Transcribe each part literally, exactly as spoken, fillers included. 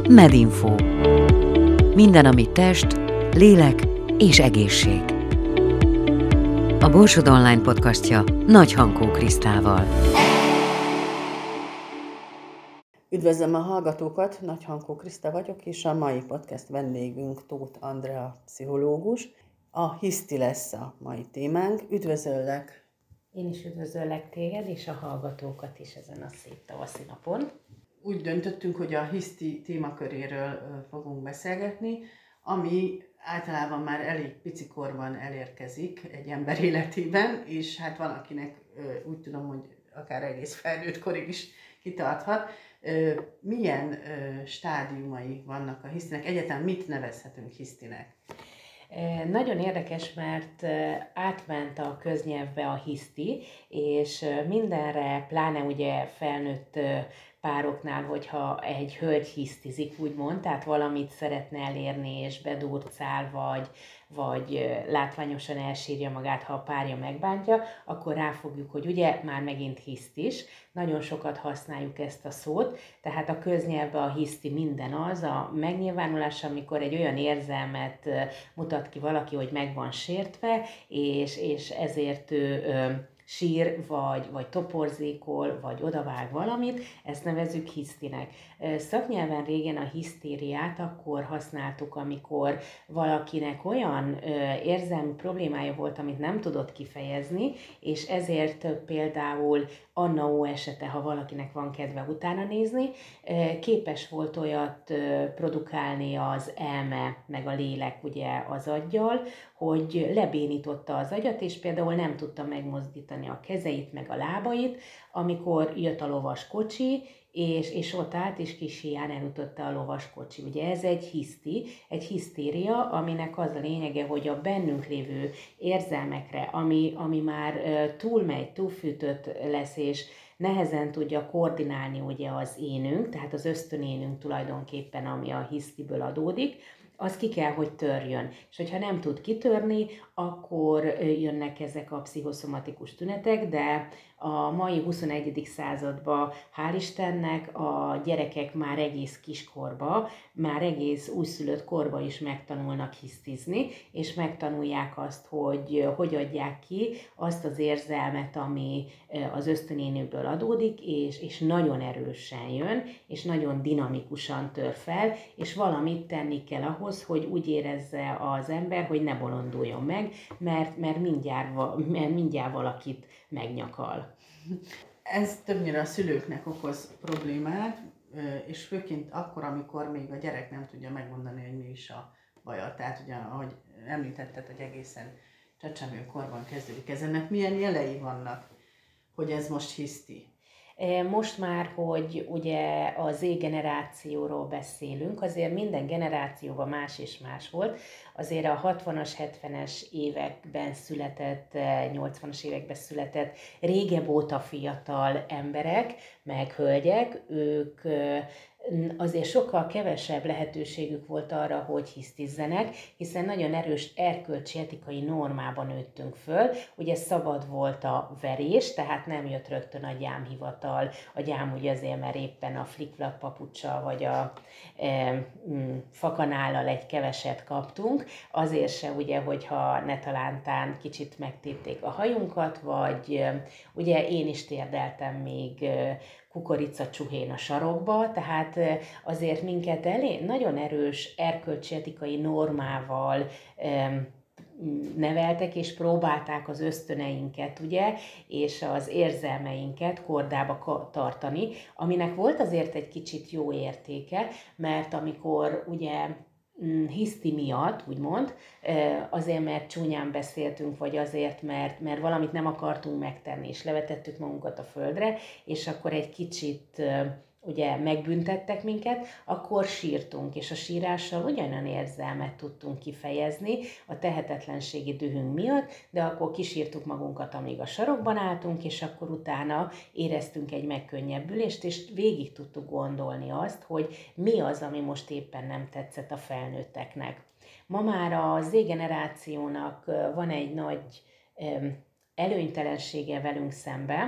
Medinfo. Minden, ami test, lélek és egészség. A Borsod Online podcastja Nagy Hankó Krisztával. Üdvözlöm a hallgatókat, Nagy Hankó Kriszta vagyok, és a mai podcast vendégünk Tóth Andrea pszichológus. A hiszti lesz a mai témánk. Üdvözöllek! Én is üdvözöllek téged, és a hallgatókat is ezen a szép tavaszi napon. Úgy döntöttünk, hogy a hiszti témaköréről fogunk beszélgetni, ami általában már elég picikorban elérkezik egy ember életében, és hát van, akinek úgy tudom, hogy akár egész felnőtt korig is kitarthat. Milyen stádiumai vannak a hisztinek? Egyáltalán mit nevezhetünk hisztinek? Nagyon érdekes, mert átment a köznyelvbe a hiszti, és mindenre, pláne ugye felnőtt pároknál, hogyha egy hölgy hisztizik, úgymond, tehát valamit szeretne elérni, és bedurcál, vagy, vagy látványosan elsírja magát, ha a párja megbántja, akkor ráfogjuk, hogy ugye már megint hisztis. Nagyon sokat használjuk ezt a szót, tehát a köznyelvben a hiszti minden az, a megnyilvánulás, amikor egy olyan érzelmet mutat ki valaki, hogy meg van sértve, és, és ezért ő sír, vagy, vagy toporzékol, vagy odavág valamit, ezt nevezzük hisztinek. Szaknyelven régen a hisztériát akkor használtuk, amikor valakinek olyan érzelmi problémája volt, amit nem tudott kifejezni, és ezért például Anna Ó esete, ha valakinek van kedve utána nézni, képes volt olyat produkálni az elme, meg a lélek ugye az aggyal, hogy lebénította az agyat, és például nem tudta megmozdítani a kezeit, meg a lábait, amikor jött a lovaskocsi, és, és ott állt, és kis híján elütötte a lovaskocsi. Ugye ez egy hiszti, egy hisztéria, aminek az a lényege, hogy a bennünk lévő érzelmekre, ami, ami már túlmegy, túlfűtött lesz, és nehezen tudja koordinálni ugye az énünk, tehát az ösztönénünk tulajdonképpen, ami a hisztiből adódik, az ki kell, hogy törjön. És hogyha nem tud kitörni, akkor jönnek ezek a pszichoszomatikus tünetek, de a mai huszonegyedik században, hál' Istennek, a gyerekek már egész kiskorba, már egész újszülött korba is megtanulnak hisztizni, és megtanulják azt, hogy hogy adják ki azt az érzelmet, ami az ösztönénükből adódik, és, és nagyon erősen jön, és nagyon dinamikusan tör fel, és valamit tenni kell ahhoz, hogy úgy érezze az ember, hogy ne bolonduljon meg, mert, mert, mindjárt, mert mindjárt valakit megnyakal. Ez többnyire a szülőknek okoz problémát, és főként akkor, amikor még a gyerek nem tudja megmondani, hogy mi is a baja. Tehát ugye, ahogy említetted, hogy egészen csecsemő korban kezdődik ez. Ennek milyen jelei vannak, hogy ez most hiszti? Most már, hogy ugye a Z-generációról beszélünk, azért minden generációban más és más volt. Azért a hatvanas, hetvenes években született, nyolcvanas években született, régebb óta fiatal emberek, meg hölgyek, ők azért sokkal kevesebb lehetőségük volt arra, hogy hisztizzenek, hiszen nagyon erős erkölcsi etikai normában nőttünk föl. Ugye szabad volt a verés, tehát nem jött rögtön a gyámhivatal, a gyám ugye azért, mert éppen a flikflak papuccsal vagy a e, m, fakanállal egy keveset kaptunk, azért se ugye, hogyha ne talántán kicsit megtépték a hajunkat, vagy e, ugye én is térdeltem még e, kukoricacsuhén a sarokba, tehát azért minket elég, nagyon erős erkölcsi etikai normával em, neveltek, és próbálták az ösztöneinket, ugye, és az érzelmeinket kordába tartani, aminek volt azért egy kicsit jó értéke, mert amikor ugye hiszti miatt, úgymond, azért, mert csúnyán beszéltünk, vagy azért, mert, mert valamit nem akartunk megtenni, és levetettük magunkat a földre, és akkor egy kicsit ugye megbüntettek minket, akkor sírtunk, és a sírással ugyanolyan érzelmet tudtunk kifejezni a tehetetlenségi dühünk miatt, de akkor kisírtuk magunkat, amíg a sarokban álltunk, és akkor utána éreztünk egy megkönnyebbülést, és végig tudtuk gondolni azt, hogy mi az, ami most éppen nem tetszett a felnőtteknek. Ma már a Z-generációnak van egy nagy előnytelensége velünk szembe,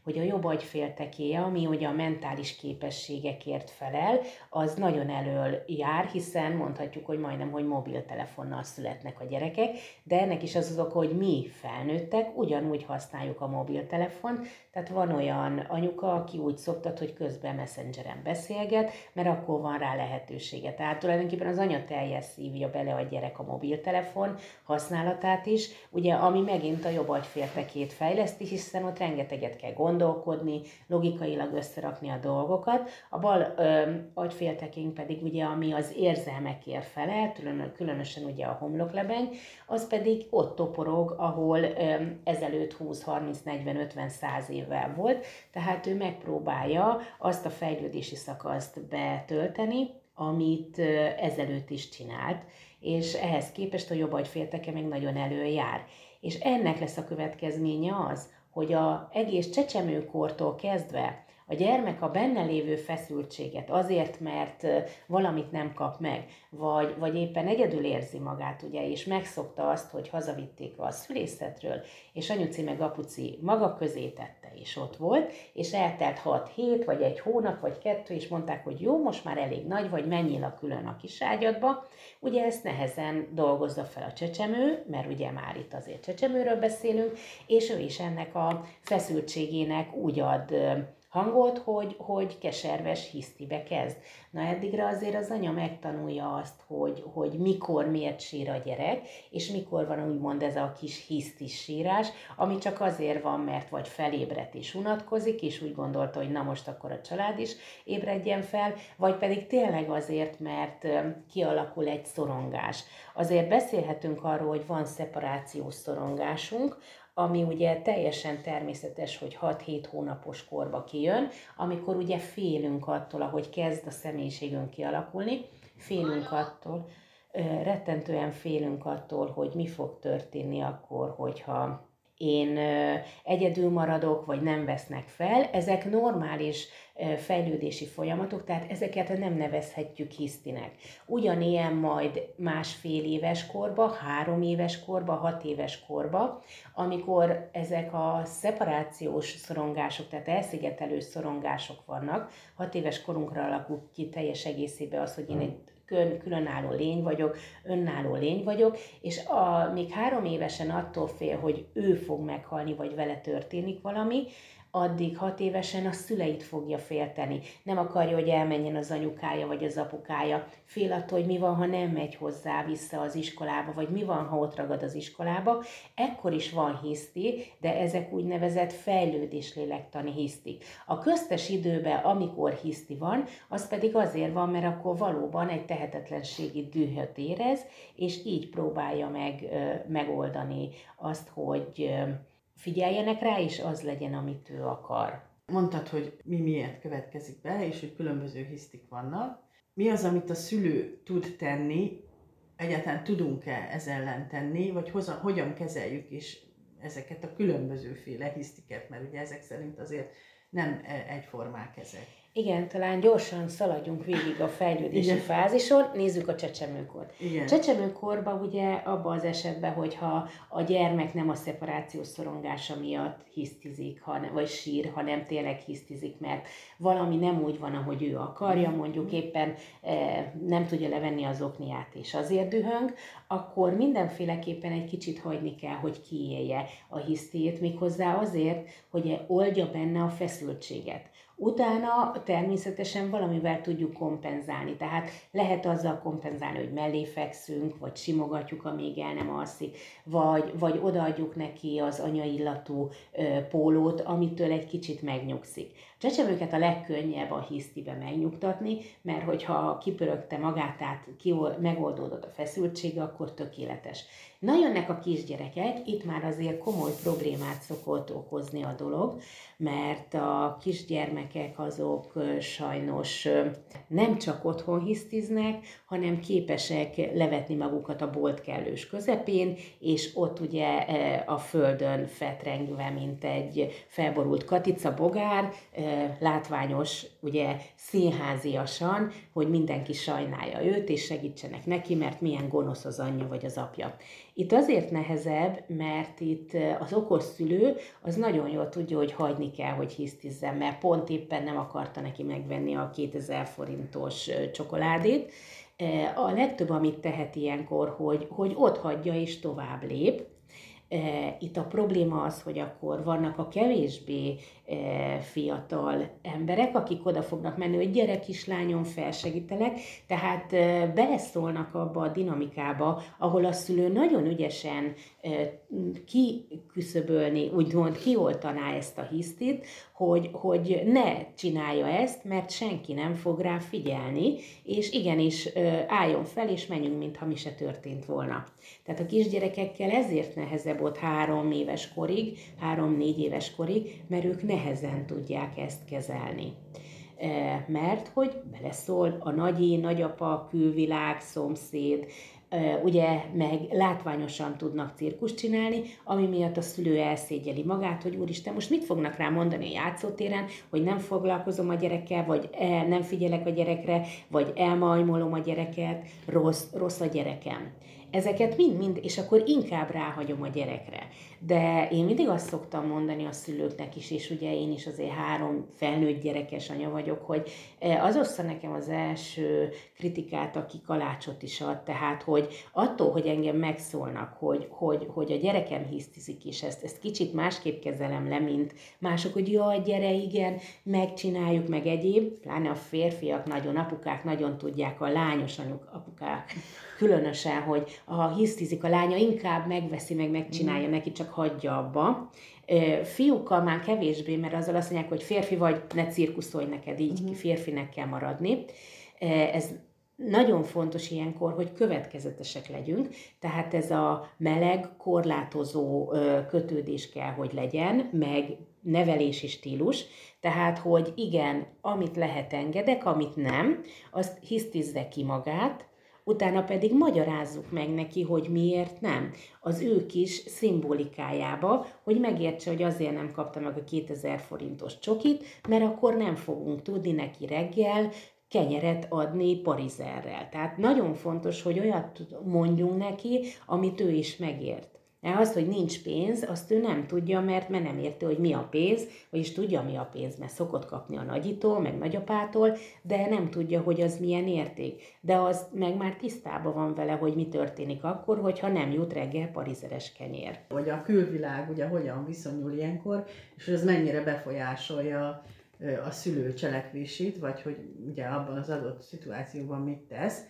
hogy a jobb agyféltekéje, ami ugye a mentális képességekért felel, az nagyon elől jár, hiszen mondhatjuk, hogy majdnem, hogy mobiltelefonnal születnek a gyerekek, de ennek is az az oka, hogy mi felnőttek ugyanúgy használjuk a mobiltelefon, tehát van olyan anyuka, aki úgy szoktat, hogy közben Messengeren beszélget, mert akkor van rá lehetősége. Tehát tulajdonképpen az anya teljes szívja bele a gyerek a mobiltelefon használatát is, ugye, ami megint a jobb agyféltekét fejleszti, hiszen ott rengeteget kell gondolkodni, logikailag összerakni a dolgokat. A bal ö, agyféltekénk pedig ugye, ami az érzelmekért felel, különösen ugye a homloklebeny, az pedig ott toporog, ahol ö, ezelőtt húsz, harminc, negyven, ötven, száz évvel volt, tehát ő megpróbálja azt a fejlődési szakaszt betölteni, amit ezelőtt is csinált, és ehhez képest a jobb agyfélteke még nagyon előjár. És ennek lesz a következménye az, hogy a egész csecsemőkortól kezdve a gyermek a benne lévő feszültséget azért, mert valamit nem kap meg, vagy, vagy éppen egyedül érzi magát, ugye, és megszokta azt, hogy hazavitték a szülészetről, és anyuci meg apuci maga közé tette, és ott volt, és eltelt hat hét, vagy egy hónap, vagy kettő, és mondták, hogy jó, most már elég nagy vagy, menjél a külön a kis ágyadba. Ugye ezt nehezen dolgozza fel a csecsemő, mert ugye már itt azért csecsemőről beszélünk, és ő is ennek a feszültségének úgy ad hangot, hogy, hogy keserves hisztibe kezd. Na eddigre azért az anya megtanulja azt, hogy, hogy mikor, miért sír a gyerek, és mikor van úgymond ez a kis hisztis sírás, ami csak azért van, mert vagy felébredt és unatkozik, és úgy gondolta, hogy na most akkor a család is ébredjen fel, vagy pedig tényleg azért, mert kialakul egy szorongás. Azért beszélhetünk arról, hogy van szeparációs szorongásunk, ami ugye teljesen természetes, hogy hat-hét hónapos korba kijön, amikor ugye félünk attól, ahogy kezd a személyiségünk kialakulni, félünk attól, rettentően félünk attól, hogy mi fog történni akkor, hogyha én egyedül maradok, vagy nem vesznek fel. Ezek normális fejlődési folyamatok, tehát ezeket nem nevezhetjük hisztinek. Ugyanilyen majd másfél éves korba, három éves korba, hat éves korba, amikor ezek a szeparációs szorongások, tehát elszigetelő szorongások vannak, hat éves korunkra alakul ki teljes egészében az, hogy én egy különálló lény vagyok, önálló lény vagyok, és a, még három évesen attól fél, hogy ő fog meghalni, vagy vele történik valami, addig hat évesen a szüleit fogja félteni. Nem akarja, hogy elmenjen az anyukája vagy az apukája. Fél attól, hogy mi van, ha nem megy hozzá vissza az iskolába, vagy mi van, ha ott ragad az iskolába. Ekkor is van hiszti, de ezek úgynevezett fejlődéslélektani hisztik. A köztes időben, amikor hiszti van, az pedig azért van, mert akkor valóban egy tehetetlenségi dühöt érez, és így próbálja meg megoldani azt, hogy figyeljenek rá, és az legyen, amit ő akar. Mondtad, hogy mi miért következik be, és hogy különböző hisztik vannak. Mi az, amit a szülő tud tenni, egyáltalán tudunk-e ez ellen tenni, vagy hoza, hogyan kezeljük is ezeket a különbözőféle hisztiket, mert ugye ezek szerint azért nem egyformák ezek. Igen, talán gyorsan szaladjunk végig a fejlődési Igen. fázison, nézzük a csecsemőkort. Igen. Csecsemőkorban ugye abban az esetben, hogyha a gyermek nem a szeparációs szorongása miatt hisztizik, hanem, vagy sír, hanem tényleg hisztizik, mert valami nem úgy van, ahogy ő akarja, mondjuk éppen e, nem tudja levenni az okniát, és azért dühöng, akkor mindenféleképpen egy kicsit hagyni kell, hogy kiélje a hisztiét, méghozzá azért, hogy oldja benne a feszültséget. Utána természetesen valamivel tudjuk kompenzálni, tehát lehet azzal kompenzálni, hogy mellé fekszünk, vagy simogatjuk, amíg el nem alszik, vagy, vagy odaadjuk neki az anyaillatú ö, pólót, amitől egy kicsit megnyugszik. Csecsemőket a legkönnyebb a hisztibe megnyugtatni, mert hogyha kipörögte magát, tehát ki, megoldódott a feszültsége, akkor tökéletes. Na jönnek a kisgyerekek, itt már azért komoly problémát szokott okozni a dolog, mert a kisgyermekek azok sajnos nem csak otthon hisztiznek, hanem képesek levetni magukat a bolt kellős közepén, és ott ugye a földön fetrengve, mint egy felborult katica bogár, látványos, ugye színháziasan, hogy mindenki sajnálja őt, és segítsenek neki, mert milyen gonosz az anyja vagy az apja. Itt azért nehezebb, mert itt az okos szülő az nagyon jól tudja, hogy hagyni kell, hogy hisztizzen, mert pont éppen nem akarta neki megvenni a kétezer forintos csokoládét. A legtöbb, amit tehet ilyenkor, hogy, hogy ott hagyja és tovább lép. Itt a probléma az, hogy akkor vannak a kevésbé fiatal emberek, akik oda fognak menni, hogy gyere kislányom, felsegítelek, tehát beleszólnak abba a dinamikába, ahol a szülő nagyon ügyesen kiküszöbölni, úgymond kioltaná ezt a hisztit, hogy, hogy ne csinálja ezt, mert senki nem fog rá figyelni, és igenis álljon fel, és menjünk, mintha mi se történt volna. Tehát a kisgyerekekkel ezért nehezebb ott három éves korig, három-négy éves korig, mert ők nehezen tudják ezt kezelni. Mert hogy beleszól a nagyé, nagyapa, külvilág, szomszéd, ugye meg látványosan tudnak cirkuszt csinálni, ami miatt a szülő elszégyeli magát, hogy úristen, most mit fognak rá mondani a játszótéren, hogy nem foglalkozom a gyerekkel, vagy nem figyelek a gyerekre, vagy elmajmolom a gyereket, rossz, rossz a gyerekem. Ezeket mind-mind, és akkor inkább ráhagyom a gyerekre. De én mindig azt szoktam mondani a szülőknek is, és ugye én is azért három felnőtt gyerekes anya vagyok, hogy az ossza nekem az első kritikát, aki kalácsot is ad, tehát, hogy attól, hogy engem megszólnak, hogy, hogy, hogy a gyerekem hisztizik, és ezt, ezt kicsit másképp kezelem le, mint mások, hogy jaj, gyere, igen, megcsináljuk, meg egyéb, pláne a férfiak nagyon, apukák nagyon tudják, a lányos anyuk, apukák különösen, hogy ha hisztizik a lánya, inkább megveszi, meg megcsinálja neki, csak hagyja abba. Fiúkkal már kevésbé, mert azzal azt mondják, hogy férfi vagy, ne cirkuszolj neked, így uh-huh. férfinek kell maradni. Ez nagyon fontos ilyenkor, hogy következetesek legyünk, tehát ez a meleg, korlátozó kötődés kell, hogy legyen, meg nevelési stílus, tehát, hogy igen, amit lehet engedek, amit nem, azt hisztizze ki magát, utána pedig magyarázzuk meg neki, hogy miért nem. Az ő kis szimbolikájába, hogy megértse, hogy azért nem kapta meg a kétezer forintos csokit, mert akkor nem fogunk tudni neki reggel kenyeret adni parizerrel. Tehát nagyon fontos, hogy olyat mondjunk neki, amit ő is megért. Az, hogy nincs pénz, azt ő nem tudja, mert, mert nem érti, hogy mi a pénz, vagyis tudja, mi a pénz, mert szokott kapni a nagyitól, meg nagyapától, de nem tudja, hogy az milyen érték. De az meg már tisztában van vele, hogy mi történik akkor, hogyha nem jut reggel parizeres kenyér. Vagy a külvilág ugye hogyan viszonyul ilyenkor, és ez mennyire befolyásolja a szülő cselekvését, vagy hogy ugye abban az adott szituációban mit tesz.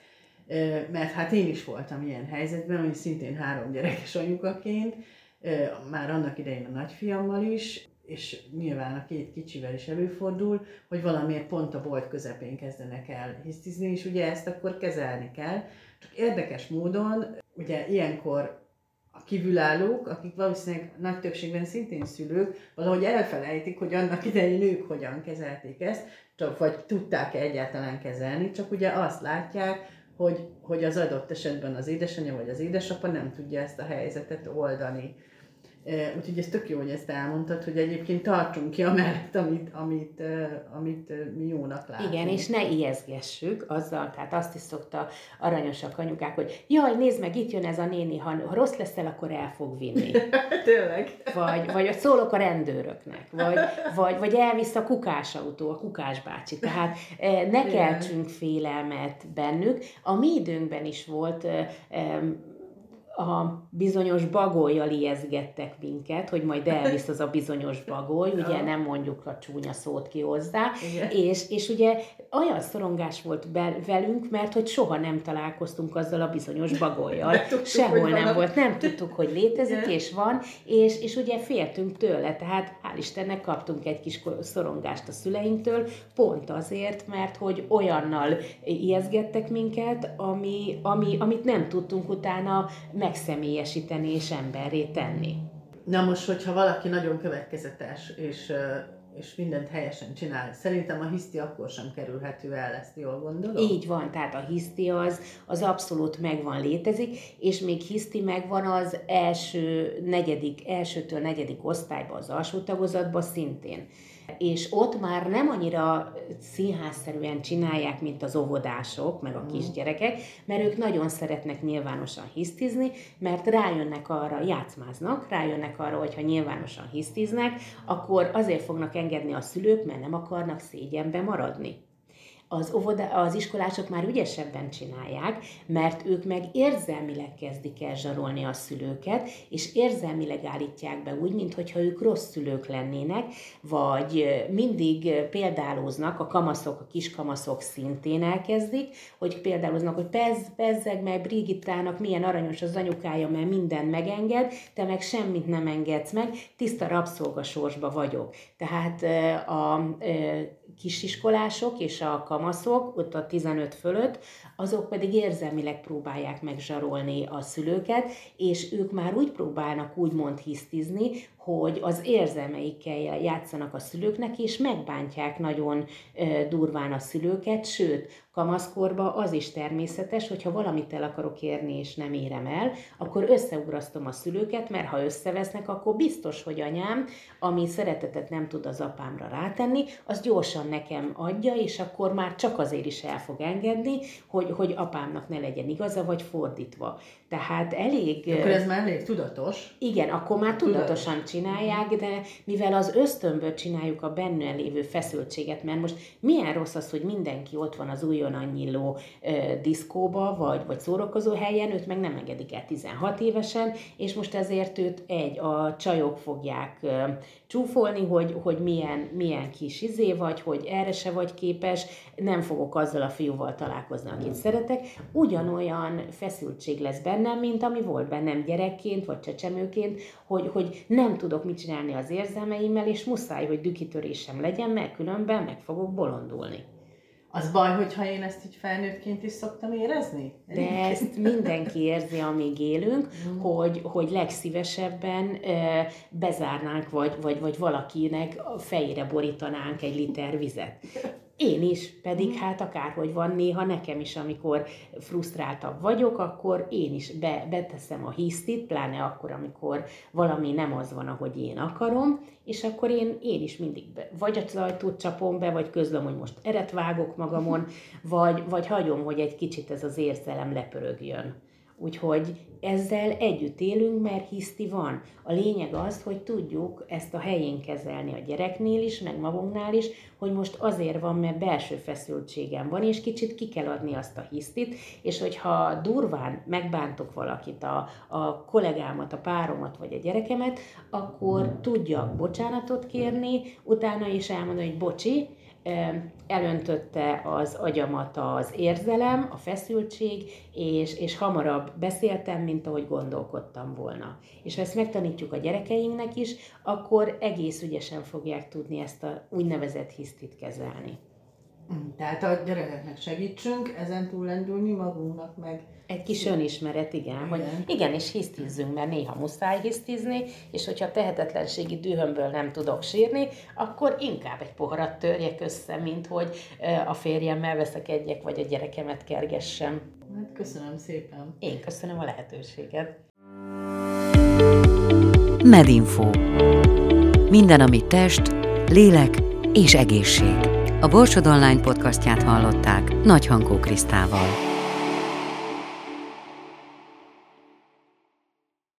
Mert hát én is voltam ilyen helyzetben, hogy szintén három gyerekes anyukaként, már annak idején a nagyfiammal is, és nyilván a két kicsivel is előfordul, hogy valamiért pont a bolt közepén kezdenek el hisztizni, és ugye ezt akkor kezelni kell. Csak érdekes módon, ugye ilyenkor a kívülállók, akik valószínűleg nagy többségben szintén szülők, valahogy elfelejtik, hogy annak idején ők hogyan kezelték ezt, vagy tudták-e egyáltalán kezelni, csak ugye azt látják, Hogy, hogy az adott esetben az édesanyja vagy az édesapa nem tudja ezt a helyzetet oldani. Úgyhogy ez tök jó, hogy ezt elmondtad, hogy egyébként tartsunk ki amellett, amit, amit, amit mi jónak látunk. Igen, és ne ijeszgessük azzal, tehát azt is szokta aranyosak anyukák, hogy jaj, nézd meg, itt jön ez a néni, ha rossz leszel, akkor el fog vinni. Tényleg. Vagy, vagy szólok a rendőröknek, vagy, vagy, vagy elvisz a kukásautó, a kukásbácsi. Tehát ne keltsünk félelmet bennük. A mi időnkben is volt a bizonyos bagollyal ijeszgettek minket, hogy majd elvisz az a bizonyos bagoly, ugye nem mondjuk a csúnya szót ki hozzá, és, és ugye olyan szorongás volt be, velünk, mert hogy soha nem találkoztunk azzal a bizonyos bagollyal. Sehol nem volt, nem tudtuk, hogy létezik, igen. és van, és, és ugye féltünk tőle, tehát hál' Istennek kaptunk egy kis szorongást a szüleinktől, pont azért, mert hogy olyannal ijeszgettek minket, ami, ami, amit nem tudtunk utána megszemélyesíteni és emberré tenni. Na most, hogyha valaki nagyon következetes, és, és mindent helyesen csinál, szerintem a hiszti akkor sem kerülhető el, ezt jól gondolom? Így van, tehát a hiszti az, az abszolút megvan, létezik, és még hiszti megvan az első, negyedik, elsőtől negyedik osztályban, az alsó tagozatban szintén. és ott már nem annyira színházszerűen csinálják, mint az óvodások, meg a kisgyerekek, mert ők nagyon szeretnek nyilvánosan hisztizni, mert rájönnek arra, játszmáznak, rájönnek arra, hogyha nyilvánosan hisztiznek, akkor azért fognak engedni a szülők, mert nem akarnak szégyenbe maradni. Az, óvoda, az iskolások már ügyesebben csinálják, mert ők meg érzelmileg kezdik el zsarolni a szülőket, és érzelmileg állítják be úgy, mintha ők rossz szülők lennének, vagy mindig példálóznak, a kamaszok, a kiskamaszok szintén elkezdik, hogy példálóznak, hogy pezz, pezzeg meg Brigittának milyen aranyos az anyukája, mert mindent megenged, te meg semmit nem engedsz meg, tiszta rabszolgasorsba vagyok. Tehát a, a kisiskolások és a kamaszok, ott a tizenöt fölött, azok pedig érzelmileg próbálják megzsarolni a szülőket, és ők már úgy próbálnak úgymond hisztizni, hogy az érzelmeikkel játszanak a szülőknek, és megbántják nagyon durván a szülőket, sőt, kamaszkorban az is természetes, hogyha valamit el akarok érni, és nem érem el, akkor összeugrasztom a szülőket, mert ha összevesznek, akkor biztos, hogy anyám, ami szeretetet nem tud az apámra rátenni, az gyorsan nekem adja, és akkor már csak azért is el fog engedni, hogy, hogy apámnak ne legyen igaza, vagy fordítva. Tehát elég... Akkor ez már elég tudatos. Igen, akkor már tudatosan csinálják, de mivel az ösztönből csináljuk a benne lévő feszültséget, mert most milyen rossz az, hogy mindenki ott van az újonnan nyíló ö, diszkóba, vagy, vagy szórakozó helyen, őt meg nem engedik el tizenhat évesen, és most ezért őt egy, a csajok fogják ö, csúfolni, hogy, hogy milyen, milyen kis izé vagy, hogy erre se vagy képes, nem fogok azzal a fiúval találkozni, akit szeretek. Ugyanolyan feszültség lesz bennem, mint ami volt bennem gyerekként, vagy csecsemőként, hogy, hogy nem tudok mit csinálni az érzelmeimmel, és muszáj, hogy dühkitörésem legyen, mert különben meg fogok bolondulni. Az baj, hogyha én ezt így felnőttként is szoktam érezni? De ezt mindenki érzi, amíg élünk, mm. hogy, hogy legszívesebben e, bezárnánk, vagy, vagy, vagy valakinek a fejére borítanánk egy liter vizet. Én is, pedig hát akárhogy van néha nekem is, amikor frusztráltabb vagyok, akkor én is be, beteszem a hisztit, pláne akkor, amikor valami nem az van, ahogy én akarom, és akkor én, én is mindig be, vagy az ajtót csapom be, vagy közlöm, hogy most eret vágok magamon, vagy, vagy hagyom, hogy egy kicsit ez az érzelem lepörögjön. Úgyhogy ezzel együtt élünk, mert hiszti van. A lényeg az, hogy tudjuk ezt a helyén kezelni a gyereknél is, meg magunknál is, hogy most azért van, mert belső feszültségem van, és kicsit ki kell adni azt a hisztit, és hogyha durván megbántok valakit, a, a kollégámat, a páromat, vagy a gyerekemet, akkor tudjak bocsánatot kérni, utána is elmondani, hogy bocsi, elöntötte az agyamat az érzelem, a feszültség, és, és hamarabb beszéltem, mint ahogy gondolkodtam volna. És ha ezt megtanítjuk a gyerekeinknek is, akkor egész ügyesen fogják tudni ezt a úgynevezett hisztit kezelni. Tehát a gyerekeknek segítsünk, ezen túl lendülni magunknak meg. Egy kis önismeret, igen, igen. Hogy igenis hisztizzünk, mert néha muszáj hisztizni, és hogyha tehetetlenségi dühömből nem tudok sírni, akkor inkább egy poharat törjek össze, mint hogy a férjemmel veszekedjek, vagy a gyerekemet kergessem. Hát köszönöm szépen. Én köszönöm a lehetőséget. Medinfo. Minden, ami test, lélek és egészség. A Borsod Online podcastját hallották Nagy Hankó Krisztával.